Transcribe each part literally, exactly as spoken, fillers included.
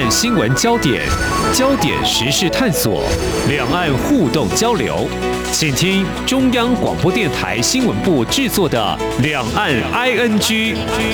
岸新闻焦点、焦点时事探索、两岸互动交流，请听中央广播电台新闻部制作的《两岸 I N G》。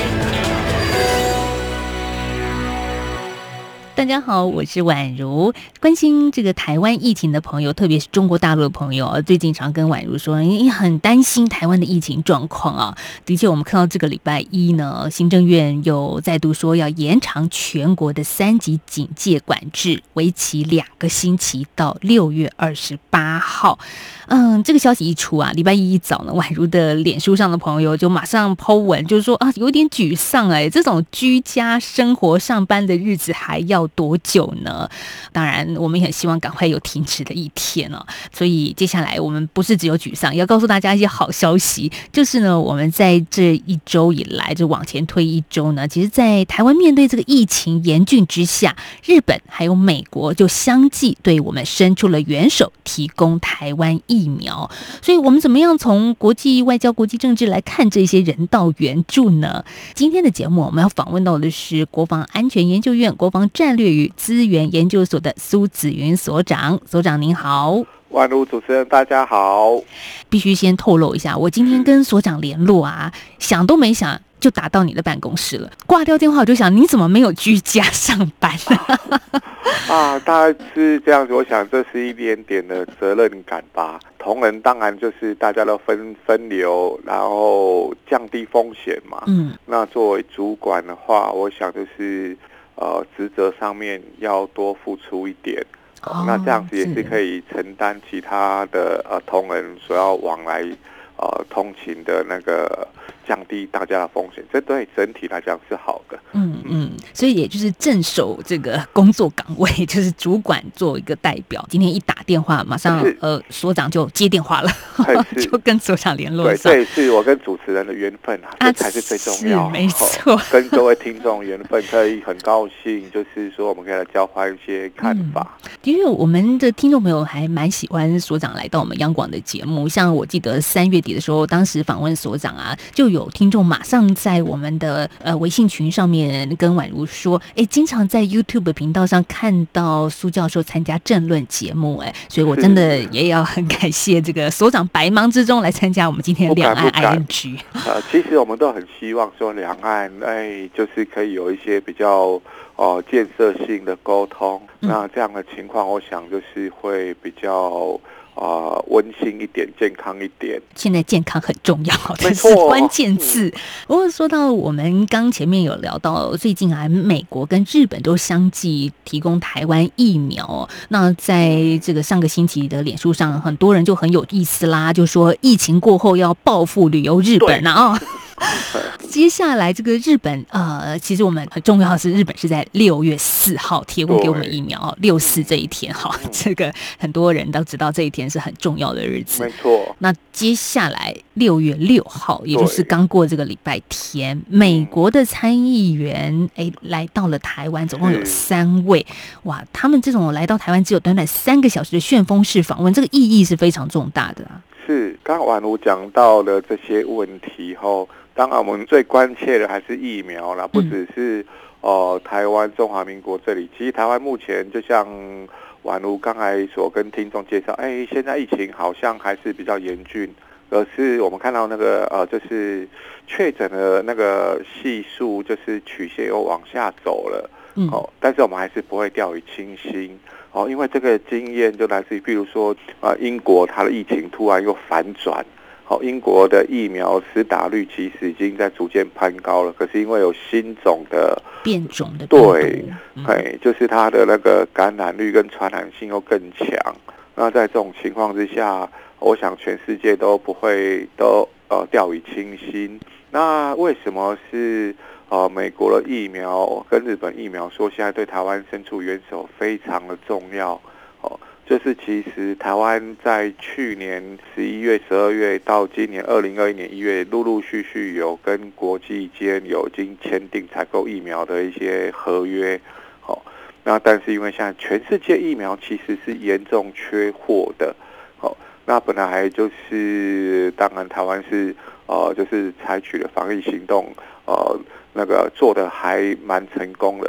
大家好，我是婉如。关心这个台湾疫情的朋友，特别是中国大陆的朋友，最近常跟婉如说，你很担心台湾的疫情状况啊。的确，我们看到这个礼拜一呢，行政院又再度说要延长全国的三级警戒管制，为期两个星期，到六月二十八号。嗯，这个消息一出啊，礼拜一一早呢，婉如的脸书上的朋友就马上 po 文，就是说啊，有点沮丧哎，这种居家生活上班的日子还要多久呢？当然，我们也很希望赶快有停止的一天哦。所以接下来我们不是只有沮丧，要告诉大家一些好消息，就是呢，我们在这一周以来，就往前推一周呢，其实，在台湾面对这个疫情严峻之下，日本还有美国就相继对我们伸出了援手，提供台湾疫苗。所以我们怎么样从国际外交、国际政治来看这些人道援助呢？今天的节目我们要访问到的是国防安全研究院国防战略与资源研究所的苏紫云所长。所长您好。 万如主持人大家好。 必须先透露一下，我今天跟所长联络啊，想都没想就打到你的办公室了。挂掉电话我就想，你怎么没有居家上班啊，大概是这样子。我想这是一点点的责任感吧。同仁当然就是大家都分分流，然后降低风险嘛。嗯，那作为主管的话，我想就是呃职责上面要多付出一点。哦，那这样子也是可以承担其他的呃同仁所要往来呃通勤的那个，降低大家的风险，这对整体来讲是好的。 嗯嗯，所以也就是镇守这个工作岗位，就是主管做一个代表。今天一打电话，马上呃所长就接电话了，就跟所长联络上。 对，这也是我跟主持人的缘分啊，这才是最重要。 没错， 跟各位听众缘分，可以很高兴，就是说我们可以来交换一些看法。 嗯，的确，我们的听众朋友还蛮喜欢所长来到我们央广的节目。像我记得三月底的时候，当时访问所长啊，就有听众马上在我们的呃微信群上面跟婉如说，哎，经常在 YouTube 频道上看到苏教授参加政论节目，哎，所以我真的也要很感谢这个所长百忙之中来参加我们今天的两岸 I N G。 呃，其实我们都很希望说两岸哎，就是可以有一些比较哦、呃、建设性的沟通。嗯，那这样的情况，我想就是会比较。啊，温馨一点，健康一点。 现在健康很重要，这是关键字。不过说到我们刚前面有聊到，最近啊，美国跟日本都相继提供台湾疫苗。那在这个上个星期的脸书上，很多人就很有意思啦，就说疫情过后要报复旅游日本啊。哦接下来这个日本呃，其实我们很重要的是，日本是在六月四号提供给我们疫苗，六四这一天哈，这个很多人都知道这一天是很重要的日子。 没错。 那接下来六月六号，也就是刚过这个礼拜天，美国的参议员哎来到了台湾，总共有三位。哇，他们这种来到台湾只有短短三个小时的旋风式访问，这个意义是非常重大的啊。 是，刚刚婉如讲到了这些问题后，当然我们最关切的还是疫苗啦，不只是呃台湾中华民国这里，其实台湾目前就像婉如刚才所跟听众介绍，哎，现在疫情好像还是比较严峻，可是我们看到那个呃就是确诊的那个系数就是曲线又往下走了。嗯，哦，但是我们还是不会掉以轻心哦，因为这个经验就来自于，比如说啊、呃，英国它的疫情突然又反转，好、哦，英国的疫苗施打率其实已经在逐渐攀高了，可是因为有新种的变种的对，哎、嗯，就是它的那个感染率跟传染性又更强。那在这种情况之下，我想全世界都不会都呃掉以轻心。那为什么是？呃，美国的疫苗跟日本疫苗说现在对台湾伸出援手非常的重要哦，就是其实台湾在去年十一月、十二月到今年二零二一年一月，陆陆续续有跟国际间有已经签订采购疫苗的一些合约，哦，那但是因为现在全世界疫苗其实是严重缺货的，哦，那本来就是当然台湾是呃就是采取了防疫行动，呃。那个做的还蛮成功的，只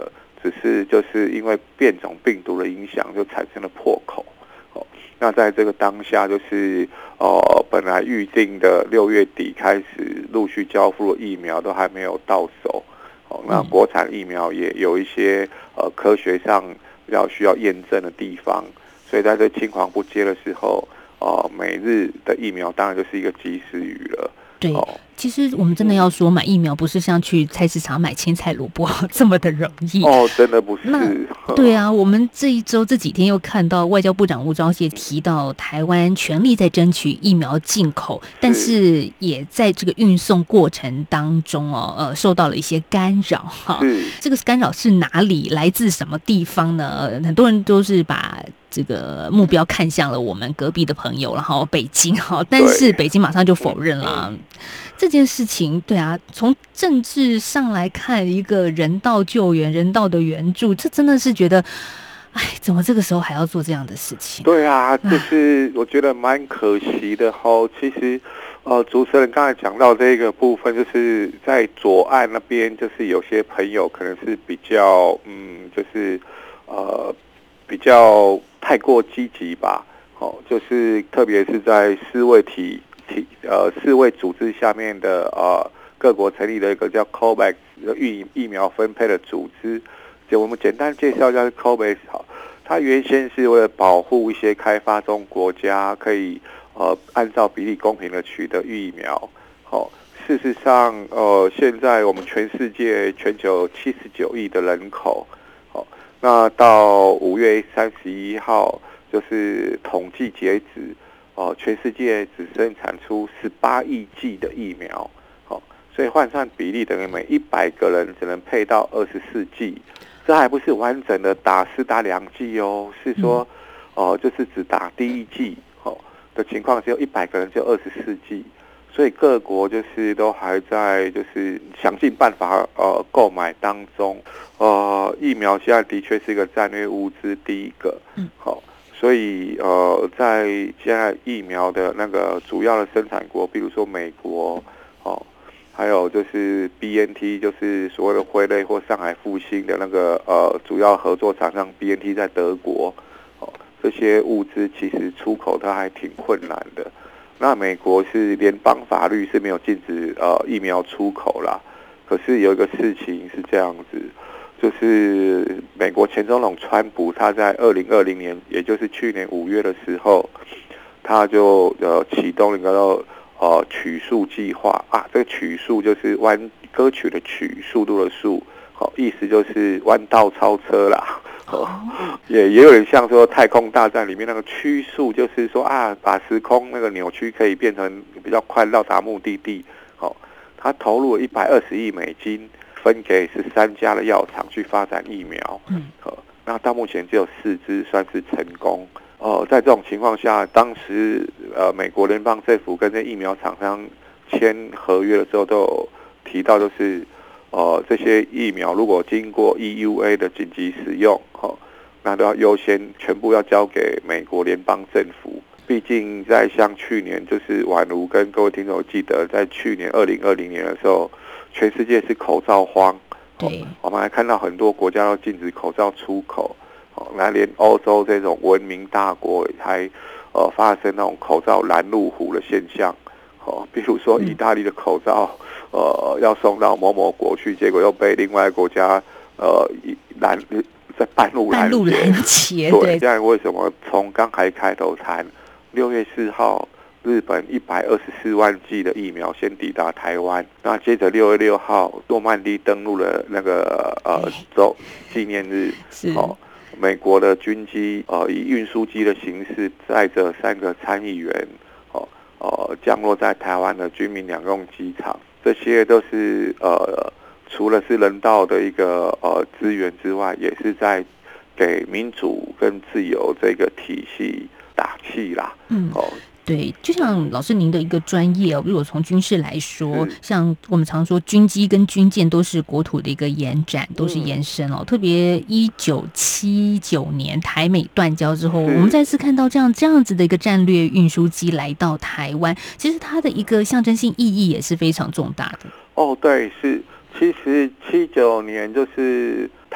只是就是因为变种病毒的影响，就产生了破口。哦，那在这个当下，就是呃本来预定的六月底开始陆续交付的疫苗都还没有到手。哦，那国产疫苗也有一些呃科学上要需要验证的地方，所以在这青黄不接的时候，呃，每日的疫苗当然就是一个及时雨了。 对，哦，其实我们真的要说买疫苗不是像去菜市场买青菜萝卜这么的容易哦，真的不是。 那对啊，我们这一周这几天又看到外交部长吴钊燮提到，台湾全力在争取疫苗进口，但是也在这个运送过程当中哦，呃，受到了一些干扰哈。这个干扰是哪里来自什么地方呢？很多人都是把这个目标看向了我们隔壁的朋友，然后北京哈，但是北京马上就否认了这件事情。对啊，从政治上来看，一个人道救援、人道的援助，这真的是觉得，哎，怎么这个时候还要做这样的事情？ 对啊，就是我觉得蛮可惜的哈。其实，呃，主持人刚才讲到这个部分，就是在左岸那边，就是有些朋友可能是比较，嗯，就是呃。比较太过积极吧，哦，就是特别是在世卫体体呃世卫组织下面的呃各国成立的一个叫 COVAX 疫疫苗分配的组织，就我们简单介绍一下 COVAX 好，它原先是为了保护一些开发中国家可以呃按照比例公平的取得疫苗，哦，事实上呃现在我们全世界全球七十九亿的人口。那到五月三十一号，就是统计截止，哦，全世界只生产出十八亿剂的疫苗，哦，所以换算比例等于每一百个人只能配到二十四剂，这还不是完整的打是打两剂哦，是说，哦，就是只打第一剂，哦的情况，只有一百个人就二十四剂。所以各国就是都还在就是想尽办法呃购买当中，呃疫苗现在的确是一个战略物资第一个，嗯，好，所以呃在现在疫苗的那个主要的生产国，比如说美国，哦，还有就是 B N T， 就是所谓的辉瑞或上海复星的那个呃主要合作厂商 B N T 在德国，哦，这些物资其实出口它还挺困难的。那美国是联邦法律是没有禁止呃疫苗出口啦，可是有一个事情是这样子，就是美国前总统川普他在二零二零年，也就是去年五月的时候，他就呃启动了一个呃曲速计划啊，这个曲速就是弯歌曲的曲，速度的速，好，意思就是弯道超车啦。哦，也也有点像说太空大战里面那个曲速，就是说啊，把时空那个扭曲可以变成比较快到达目的地。好，他投入了一百二十亿美金，分给十三家的药厂去发展疫苗。嗯，好，那到目前只有四支算是成功。哦，在这种情况下，当时呃美国联邦政府跟这疫苗厂商签合约的时候，都有提到就是。呃，这些疫苗如果经过 E U A 的紧急使用，哦，那都要优先全部要交给美国联邦政府。毕竟在像去年，就是宛如跟各位听众记得，在去年二零二零年的时候，全世界是口罩荒， 对， 哦，我们还看到很多国家都禁止口罩出口，哦，那连欧洲这种文明大国还呃发生那种口罩拦路虎的现象，哦，比如说意大利的口罩。嗯呃，要送到某某国去，结果又被另外国家呃拦在半路拦截。 对，现在为什么从刚才开头谈六月四号，日本一百二十四万剂的疫苗先抵达台湾，那接着六月六号，诺曼底登陆了那个呃周纪念日，哦，美国的军机呃以运输机的形式载着三个参议员，哦呃降落在台湾的军民两用机场。这些都是呃，除了是人道的一个呃资源之外，也是在给民主跟自由这个体系打气啦。嗯，哦， 对，就像老师您的一个专业哦，如果从军事来说，像我们常说军机跟军舰都是国土的一个延展，都是延伸哦。嗯、特别一九七九年台美断交之后，我们再次看到这样这样子的一个战略运输机来到台湾，其实它的一个象征性意义也是非常重大的。 哦，对，是，其实七九年就是台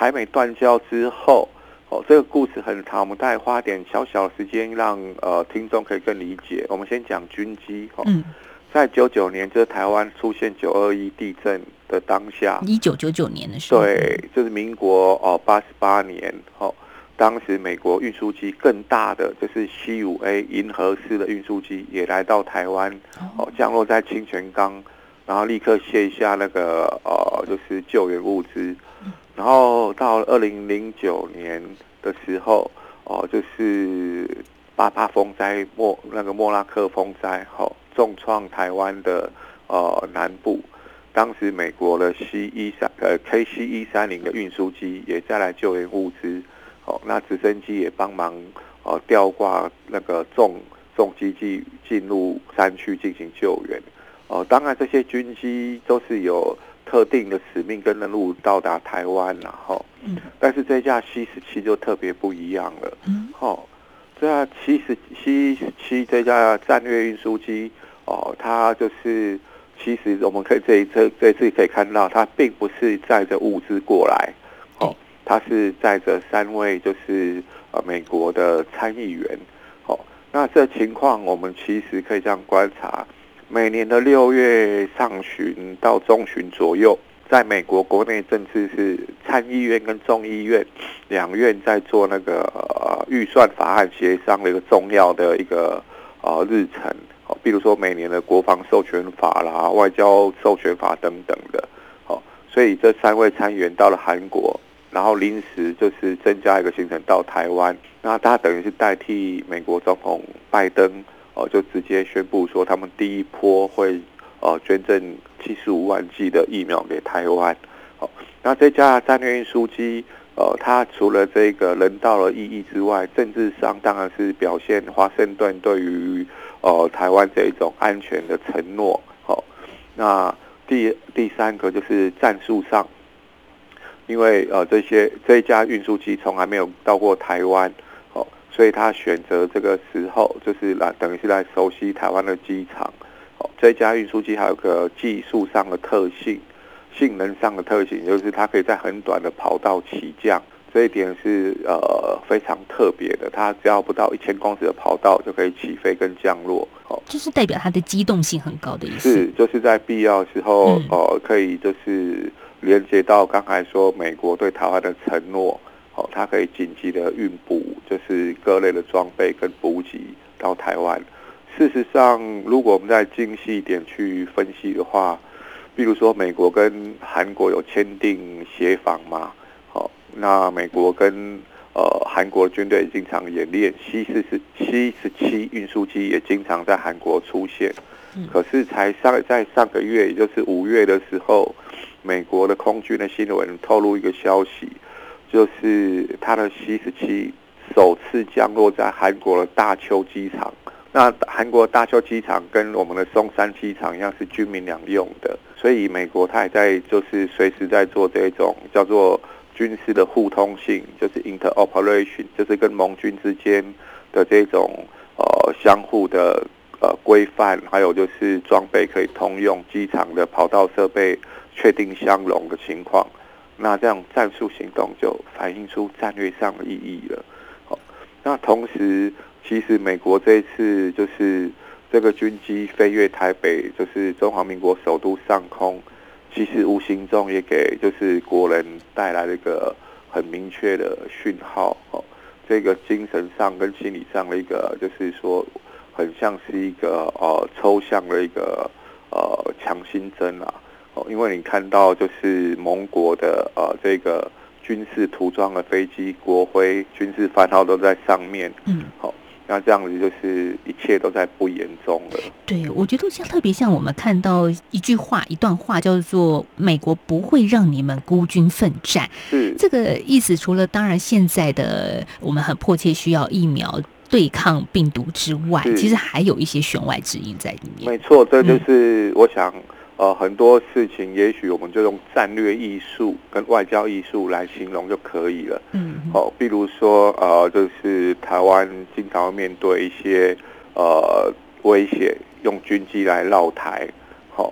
台美断交之后，哦，这个故事很长，我们大概花点小小的时间让呃听众可以更理解。我们先讲军机，哦，嗯，在九九年，就是台湾出现九二一地震的当下， 一九九九年的时候， 对，就是民国哦八十八年，哦，当时美国运输机更大的就是 C 五 A 银河式的运输机也来到台湾，哦，降落在清泉岗，然后立刻卸下那个呃就是救援物资。然后到二零零九年的时候，哦，就是八八风灾莫那个莫拉克风灾，哦，重创台湾的呃南部。当时美国的 C 一三呃 K C 一三零的运输机也再来救援物资，哦，那直升机也帮忙呃吊挂那个重重机具进入山区进行救援。哦，当然这些军机都是有特定的使命跟任务到达台湾，然后，嗯，但是这架 C 十七就特别不一样了，嗯，哦，这架 C 十七这架战略运输机，哦，它就是其实我们可以这一次这一次可以看到，它并不是载着物资过来，哦，它是载着三位就是呃美国的参议员，哦，那这情况我们其实可以这样观察。每年的六月上旬到中旬左右，在美国国内政治是参议院跟众议院两院在做那个呃预算法案协商的一个重要的一个呃日程，哦，比如说每年的国防授权法啦、外交授权法等等的，哦，所以这三位参议员到了韩国，然后临时就是增加一个行程到台湾，那他等于是代替美国总统拜登。哦，就直接宣布说，他们第一波会呃捐赠七十五万剂的疫苗给台湾。哦，那这架战略运输机，呃，它除了这个人道的意义之外，政治上当然是表现华盛顿对于呃台湾这一种安全的承诺。哦，那第第三个就是战术上，因为呃这些这一架运输机从来没有到过台湾。所以他选择这个时候，就是来等于是来熟悉台湾的机场。哦，这架运输机还有个技术上的特性、性能上的特性，就是它可以在很短的跑道起降，这一点是呃非常特别的。它只要不到一千公尺的跑道就可以起飞跟降落。哦， 就是代表它的机动性很高的意思。 是，就是在必要的时候，嗯、呃，可以就是连接到刚才说美国对台湾的承诺。哦，它可以紧急的运补，就是各类的装备跟补给到台湾。事实上，如果我们再精细一点去分析的话，比如说美国跟韩国有签订协防嘛，哦，那美国跟呃韩国军队经常演练 C 四十 C 十七运输机也经常在韩国出现。可是才上在上个月，也就是五月的时候，美国的空军的新闻透露一个消息。就是他的 C 十七首次降落在韩国的大邱机场。那韩国大邱机场跟我们的松山机场一样是军民两用的，所以美国他也在就是随时在做这种叫做军事的互通性，就是 interoperation， 就是跟盟军之间的这种呃相互的呃规范，还有就是装备可以通用，机场的跑道设备确定相容的情况。那这样战术行动就反映出战略上的意义了。好，那同时，其实美国这一次就是这个军机飞越台北，就是中华民国首都上空，其实无形中也给就是国人带来了一个很明确的讯号。哦，这个精神上跟心理上的一个，就是说，很像是一个呃抽象的一个呃强心针啊。哦，因为你看到就是盟国的呃这个军事涂装的飞机，国徽、军事番号都在上面。嗯，好、哦，那这样子就是一切都在不言中了。 对，我觉得像特别像我们看到一句话、一段话，叫做“美国不会让你们孤军奋战”。 是这个意思，除了当然现在的我们很迫切需要疫苗对抗病毒之外，其实还有一些弦外之音在里面。 没错，这就是我想。嗯呃，很多事情也许我们就用战略艺术跟外交艺术来形容就可以了。嗯，好、哦，比如说呃，就是台湾经常会面对一些呃威胁，用军机来绕台。好、哦，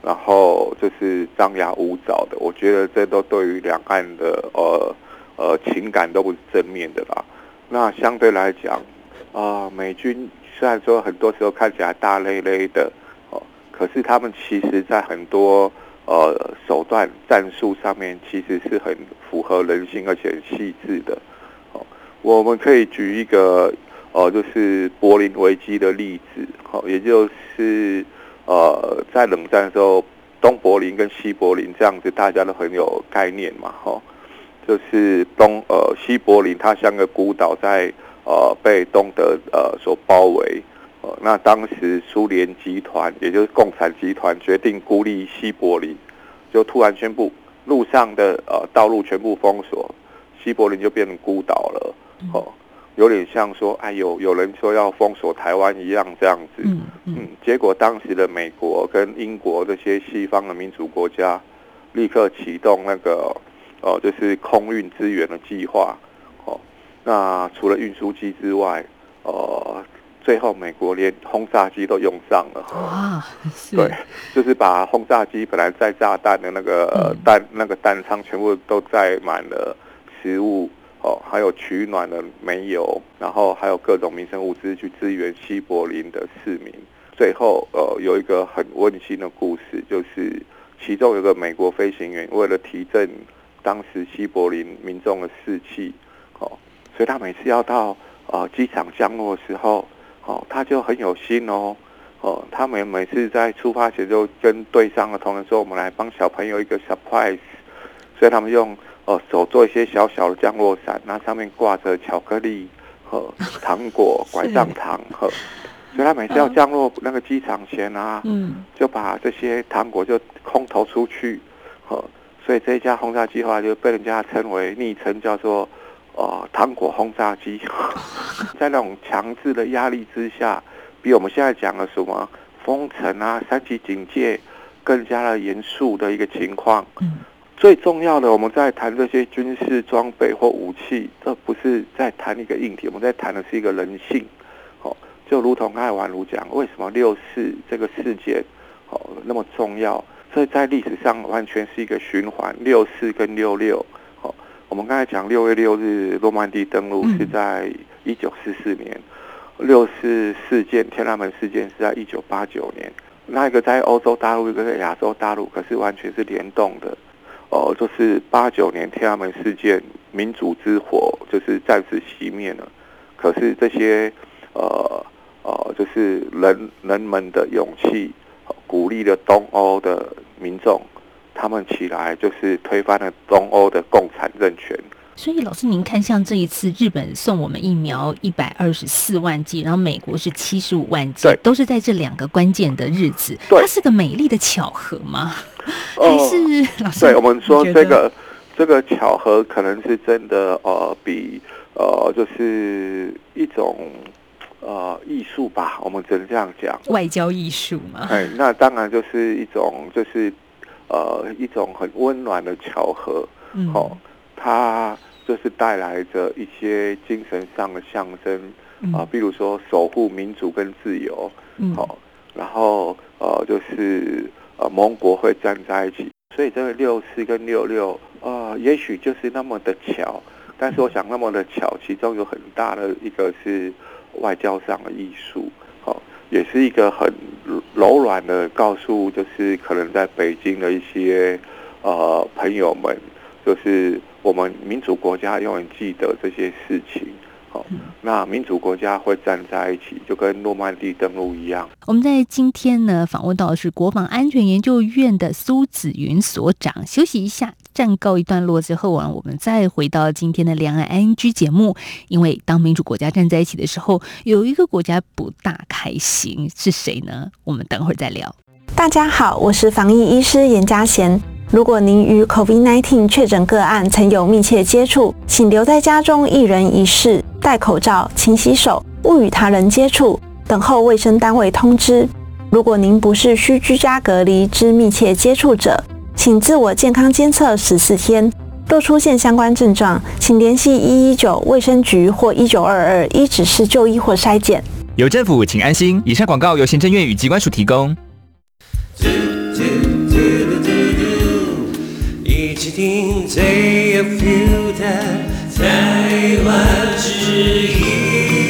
然后就是张牙舞爪的，我觉得这都对于两岸的呃呃情感都不是正面的啦。那相对来讲，啊、呃，美军虽然说很多时候看起来大咧咧的，哦，可是他们其实在很多呃手段战术上面，其实是很符合人性而且很细致的。哦，我们可以举一个呃，就是柏林危机的例子，哦，也就是呃在冷战的时候，东柏林跟西柏林这样子，大家都很有概念嘛，哦。就是东呃西柏林，它像个孤岛在呃被东德呃所包围，呃那当时苏联集团也就是共产集团决定孤立西柏林，就突然宣布路上的呃道路全部封锁，西柏林就变成孤岛了，哦、呃，有点像说哎有有人说要封锁台湾一样这样子，嗯嗯，结果当时的美国跟英国这些西方的民主国家立刻启动那个。哦，就是空运资源的计划，哦，那除了运输机之外，呃，最后美国连轰炸机都用上了。 哇， 对，就是把轰炸机本来载炸弹的那个、呃、弹那个弹仓全部都载满了食物，哦，还有取暖的煤油，然后还有各种民生物资去支援西柏林的市民。最后，呃，有一个很温馨的故事，就是其中有个美国飞行员为了提振当时西柏林民众的士气，哦，所以他每次要到呃机场降落的时候，哦，他就很有心哦，哦，他们每次在出发前就跟队上的同仁说，我们来帮小朋友一个 surprise， 所以他们用呃手做一些小小的降落伞，那上面挂着巧克力和糖果、拐杖糖和。所以他每次要降落那个机场前啊，嗯，就把这些糖果就空投出去，哦。所以这一架轰炸机后来就被人家称为昵称叫做呃糖果轰炸机。在那种强制的压力之下，比我们现在讲的什么封城啊、三级警戒更加的严肃的一个情况。嗯，最重要的，我们在谈这些军事装备或武器，这不是在谈一个硬体，我们在谈的是一个人性。哦，就如同刚才婉如讲，为什么六四这个事件哦那么重要？这在历史上完全是一个循环，六四跟六六，哦，我们刚才讲六月六日诺曼底登陆是在一九四四年，六四事件天安门事件是在一九八九年，那一个在欧洲大陆，一个在亚洲大陆，可是完全是联动的，哦，就是八九年天安门事件，民主之火就是暂时熄灭了，可是这些呃呃，就是人人们的勇气。鼓励了东欧的民众，他们起来就是推翻了东欧的共产政权。 所以老师您看，像这一次日本送我们疫苗一百二十四万剂，然后美国是七十五万剂，都是在这两个关键的日子，它是个美丽的巧合吗？呃、还是老师？ 对，我们说这个这个巧合可能是真的，呃，比呃就是一种。呃，艺术吧，我们只能这样讲， 外交艺术嘛。 哎，那当然就是一种，就是呃，一种很温暖的巧合。嗯，哦，它就是带来着一些精神上的象征啊、呃，比如说守护民主跟自由。嗯，好、哦，然后呃，就是呃，盟国会站在一起，所以这个六四跟六六，呃，也许就是那么的巧，但是我想那么的巧，其中有很大的一个是。外交上的艺术，哦，也是一个很柔软的告诉，就是可能在北京的一些呃朋友们，就是我们民主国家永远记得这些事情。哦，那民主国家会站在一起，就跟诺曼底登陆一样。 我们在今天呢访问到的是国防安全研究院的苏紫云所长。休息一下，暂告一段落之后啊，我们再回到今天的两岸 I N G 节目。因为当民主国家站在一起的时候，有一个国家不大开心，是谁呢？我们等会儿再聊。 大家好，我是防疫医师严嘉贤。如果您与 COVID 十九 确诊个案曾有密切接触，请留在家中一人一室，戴口罩、勤洗手，勿与他人接触，等候卫生单位通知。如果您不是需居家隔离之密切接触者，请自我健康监测十四天。若出现相关症状，请联系一一九卫生局或一九二二依指示就医或筛检。 有政府，请安心。以上广告由行政院与疾管署提供。 起听最有 feel 的台湾之音。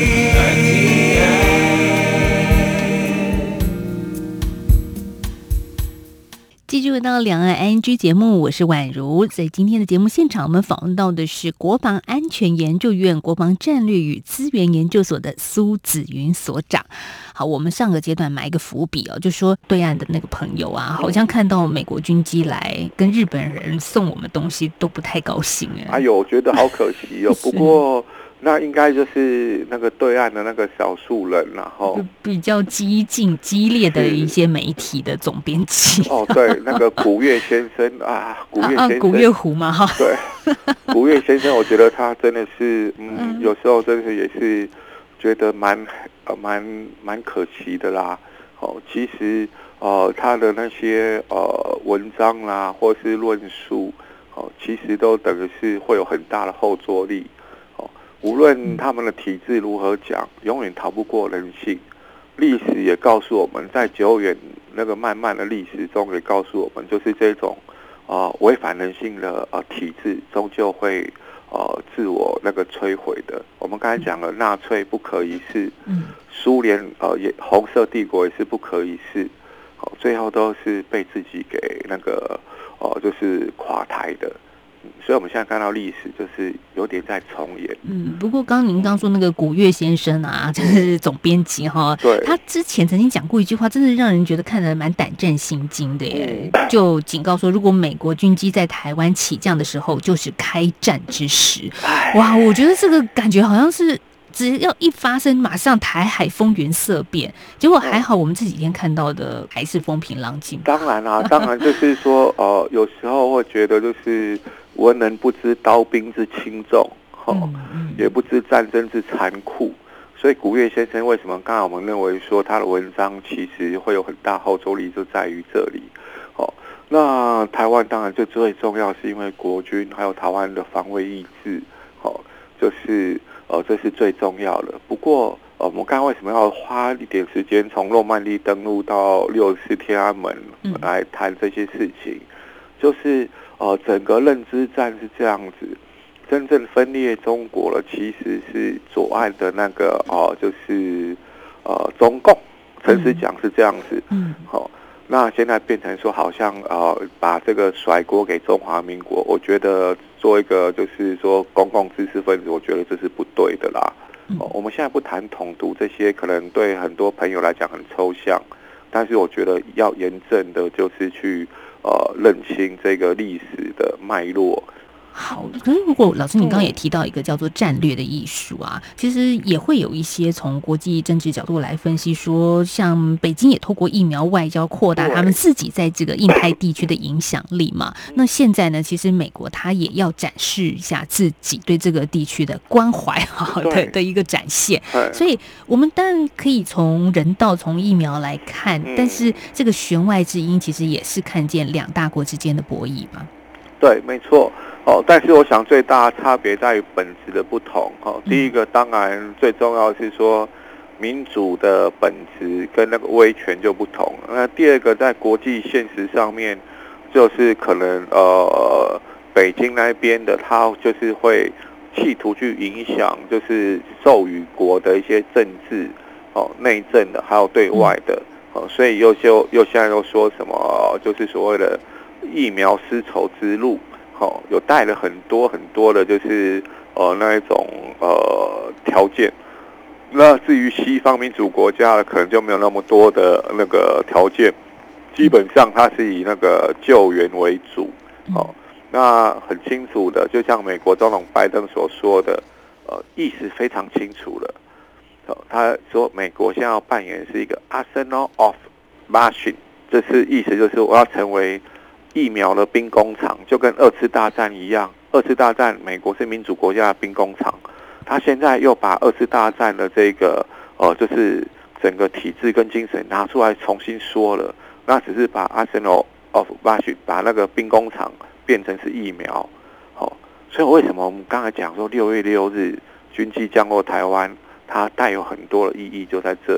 继续回到两岸 I N G 节目，我是宛如。在今天的节目现场，我们访问到的是国防安全研究院国防战略与资源研究所的苏紫云所长。好，我们上个阶段埋一个伏笔哦，就说对岸的那个朋友啊，好像看到美国军机来跟日本人送我们东西都不太高兴哎。 哎呦，我觉得好可惜哦。不过那应该就是那个对岸的那个少数人，然后比较激进、激烈的一些媒体的总编辑。 哦，对，那个古月先生啊，古月先生，啊啊、 古月湖嘛，哈， 对，古月先生，我觉得他真的是，嗯，嗯有时候真的也是觉得蛮呃蛮蛮可惜的啦。哦，其实呃他的那些呃文章啦，或是论述，哦，其实都等于是会有很大的后坐力。无论他们的体制如何讲，永远逃不过人性。历史也告诉我们，在久远那个漫漫的历史中，也告诉我们，就是这种呃违反人性的呃体制，终究会呃自我那个摧毁的。我们刚才讲了，纳粹不可一世，苏联呃也红色帝国也是不可一世，哦，最后都是被自己给那个呃就是垮台的。所以我们现在看到历史就是有点在重演。嗯， 不过刚刚您刚说那个古月先生啊，就是总编辑哈， 对， 他之前曾经讲过一句话，真的让人觉得看得蛮胆战心惊的耶。嗯、就警告说，如果美国军机在台湾起降的时候，就是开战之时。哇，我觉得这个感觉好像是只要一发生，马上台海风云色变。结果还好，我们这几天看到的还是风平浪静。 当然啦、啊，当然就是说，呃，有时候会觉得就是文人不知刀兵之轻重，哦，嗯嗯、也不知战争之残酷。所以古月先生为什么刚才我们认为说他的文章其实会有很大后坐力，就在于这里。哦，那台湾当然就最重要，是因为国军还有台湾的防卫意志，哦，就是呃这是最重要的。不过呃我们刚刚为什么要花一点时间从诺曼底登陆到六四天安门来谈这些事情？就是呃整个认知战是这样子。真正分裂中国了，其实是左岸的那个哦、呃，就是呃中共，诚实讲是这样子。嗯，好、哦，那现在变成说好像呃把这个甩锅给中华民国，我觉得做一个就是说公共知识分子，我觉得这是不对的啦。哦，我们现在不谈统独这些，可能对很多朋友来讲很抽象，但是我觉得要严正的，就是去呃认清这个历史的脉络。 好，可是如果老师你刚刚也提到一个叫做战略的艺术啊，其实也会有一些从国际政治角度来分析说，像北京也透过疫苗外交扩大他们自己在这个印太地区的影响力嘛。那现在呢，其实美国它也要展示一下自己对这个地区的关怀哈的的一个展现。所以我们当然可以从人道、从疫苗来看，但是这个弦外之音其实也是看见两大国之间的博弈嘛。 对，没错。哦，但是我想最大的差别在于本质的不同。哦，第一个当然最重要的是说民主的本质跟那个威权就不同。那第二个在国际现实上面，就是可能呃北京那边的他就是会企图去影响，就是授予国的一些政治哦内政的，还有对外的。哦，所以又就又现在又说什么，就是所谓的疫苗丝绸之路。好，有带了很多很多的，就是呃那一种呃条件。那至于西方民主国家，可能就没有那么多的那个条件。基本上它是以那个救援为主。好，那很清楚的，就像美国总统拜登所说的，呃，意思非常清楚了。好，他说美国现在要扮演是一个 arsenal of machine， 这是意思就是我要成为疫苗的兵工厂，就跟二次大战一样。二次大战美国是民主国家的兵工厂，他现在又把二次大战的这个呃，就是整个体制跟精神拿出来重新说了。那只是把 Arsenal of Machine 把那个兵工厂变成是疫苗。好、哦，所以为什么我们刚才讲说六月六日军机降落台湾，它带有很多的意义就在这里。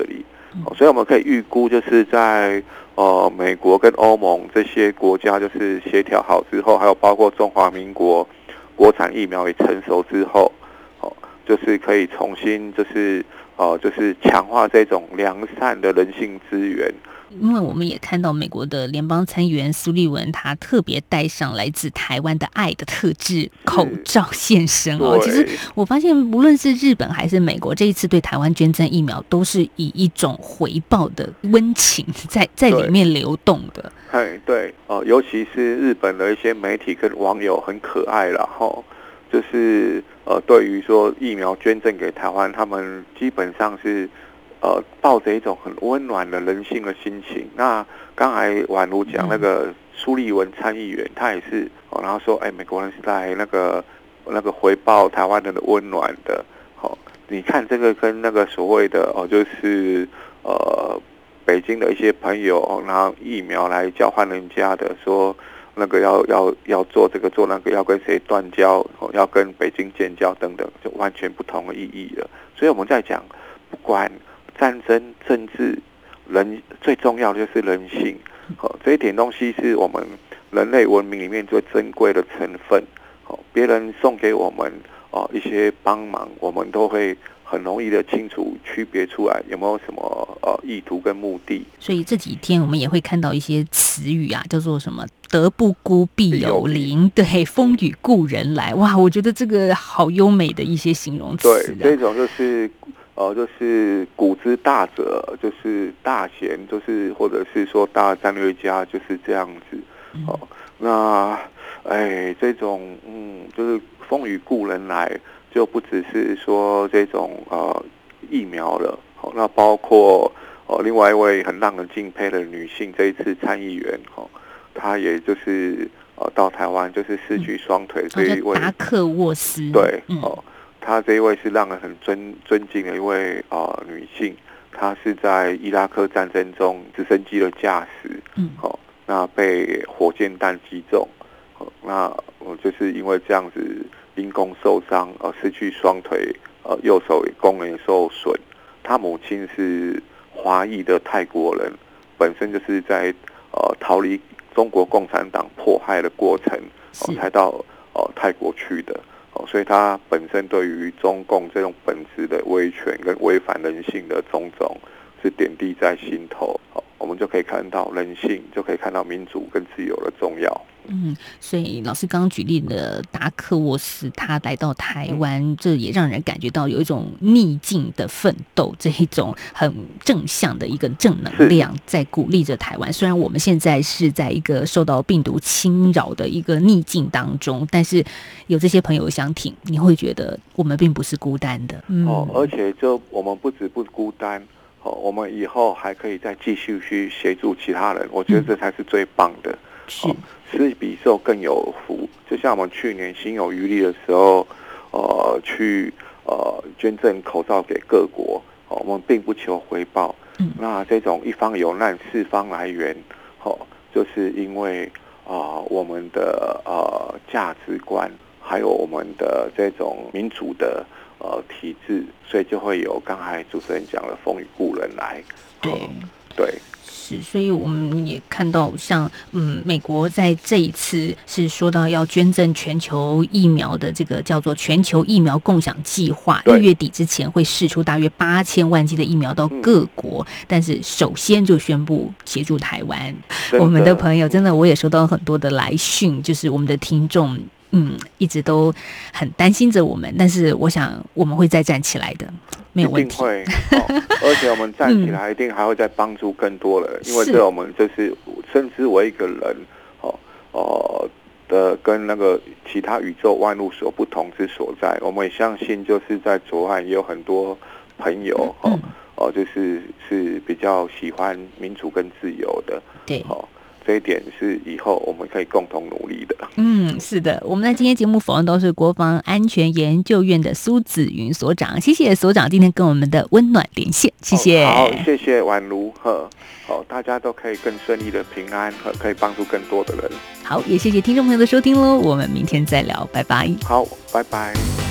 哦，所以我们可以预估，就是在呃美国跟欧盟这些国家就是协调好之后，还有包括中华民国国产疫苗也成熟之后，哦，就是可以重新就是呃就是强化这种良善的人性资源。 因为我们也看到美国的联邦参议员苏利文，他特别戴上来自台湾的爱的特制口罩现身哦。其实我发现，无论是日本还是美国，这一次对台湾捐赠疫苗，都是以一种回报的温情在在里面流动的。 哎，对哦、呃，尤其是日本的一些媒体跟网友很可爱啦，吼，就是呃，对于说疫苗捐赠给台湾，他们基本上是。呃，抱着一种很温暖的人性的心情。那刚才宛如讲那个苏利文参议员，他也是，哦、然后说，哎，美国人是在那个那个回报台湾人的温暖的。好、哦，你看这个跟那个所谓的哦，就是呃北京的一些朋友拿疫苗来交换人家的，说那个要要要做这个做那个，要跟谁断交，哦，要跟北京建交等等，就完全不同的意义了。所以我们在讲，不管战争、政治、人最重要的就是人性，好，这一点东西是我们人类文明里面最珍贵的成分。好，别人送给我们哦一些帮忙，我们都会很容易的清楚区别出来有没有什么呃意图跟目的。 所以这几天我们也会看到一些词语啊，叫做什么“德不孤，必有邻”，对，“风雨故人来”。哇，我觉得这个好优美的一些形容词、啊。 对，这种就是。呃，就是古之大者，就是大贤，就是或者是说大战略家，就是这样子。哦，那哎，这种嗯，就是风雨故人来，就不只是说这种呃疫苗了。好，那包括哦，另外一位很让人敬佩的女性，这一次参议员，哦，她也就是呃到台湾，就是失去双腿这一位达克沃斯， 对，哦。她这一位是让人很尊尊敬的一位呃女性，她是在伊拉克战争中直升机的驾驶，嗯，好、哦，那被火箭弹击中，哦、那我、呃、就是因为这样子因公受伤，呃，失去双腿，呃，右手功能受损。她母亲是华裔的泰国人，本身就是在呃逃离中国共产党迫害的过程，哦、才到呃泰国去的。所以他本身对于中共这种本质的威权跟违反人性的种种是点滴在心头，我们就可以看到人性，就可以看到民主跟自由的重要。 嗯，所以老师刚刚举例的达克沃斯，他来到台湾，嗯、这也让人感觉到有一种逆境的奋斗，这一种很正向的一个正能量在鼓励着台湾。虽然我们现在是在一个受到病毒侵扰的一个逆境当中，但是有这些朋友相挺，你会觉得我们并不是孤单的。嗯、 哦，而且就我们不止不孤单。哦，我们以后还可以再继续去协助其他人，我觉得这才是最棒的。 是、 哦，施比受更有福。就像我们去年心有余力的时候，呃，去呃捐赠口罩给各国，哦，我们并不求回报。嗯，那这种一方有难四方来援，哦，就是因为啊、呃、我们的呃价值观，还有我们的这种民主的。呃，体制，所以就会有刚才主持人讲的风雨故人来。 对、 嗯、对， 是，所以我们也看到像，嗯，美国在这一次是说到要捐赠全球疫苗的这个叫做全球疫苗共享计划，六月底之前会释出大约八千万剂的疫苗到各国，嗯、但是首先就宣布协助台湾。我们的朋友真的，我也收到很多的来讯，就是我们的听众。嗯，一直都很担心着我们，但是我想我们会再站起来的，没有问题。 一定会，哦、而且我们站起来一定还会再帮助更多人，嗯、因为这我们就是深知我一个人，哦哦的跟那个其他宇宙万物所不同之所在。我们也相信，就是在左岸也有很多朋友，哦、嗯、哦，就是是比较喜欢民主跟自由的， 对， 哦。这一点是以后我们可以共同努力的。 嗯，是的，我们在今天节目访问都是国防安全研究院的苏紫云所长，谢谢所长今天跟我们的温暖连线，谢谢。 哦、好，谢谢宛如呵，好，大家都可以更顺利的平安和可以帮助更多的人。 好，也谢谢听众朋友的收听喽，我们明天再聊，拜拜。 好，拜拜。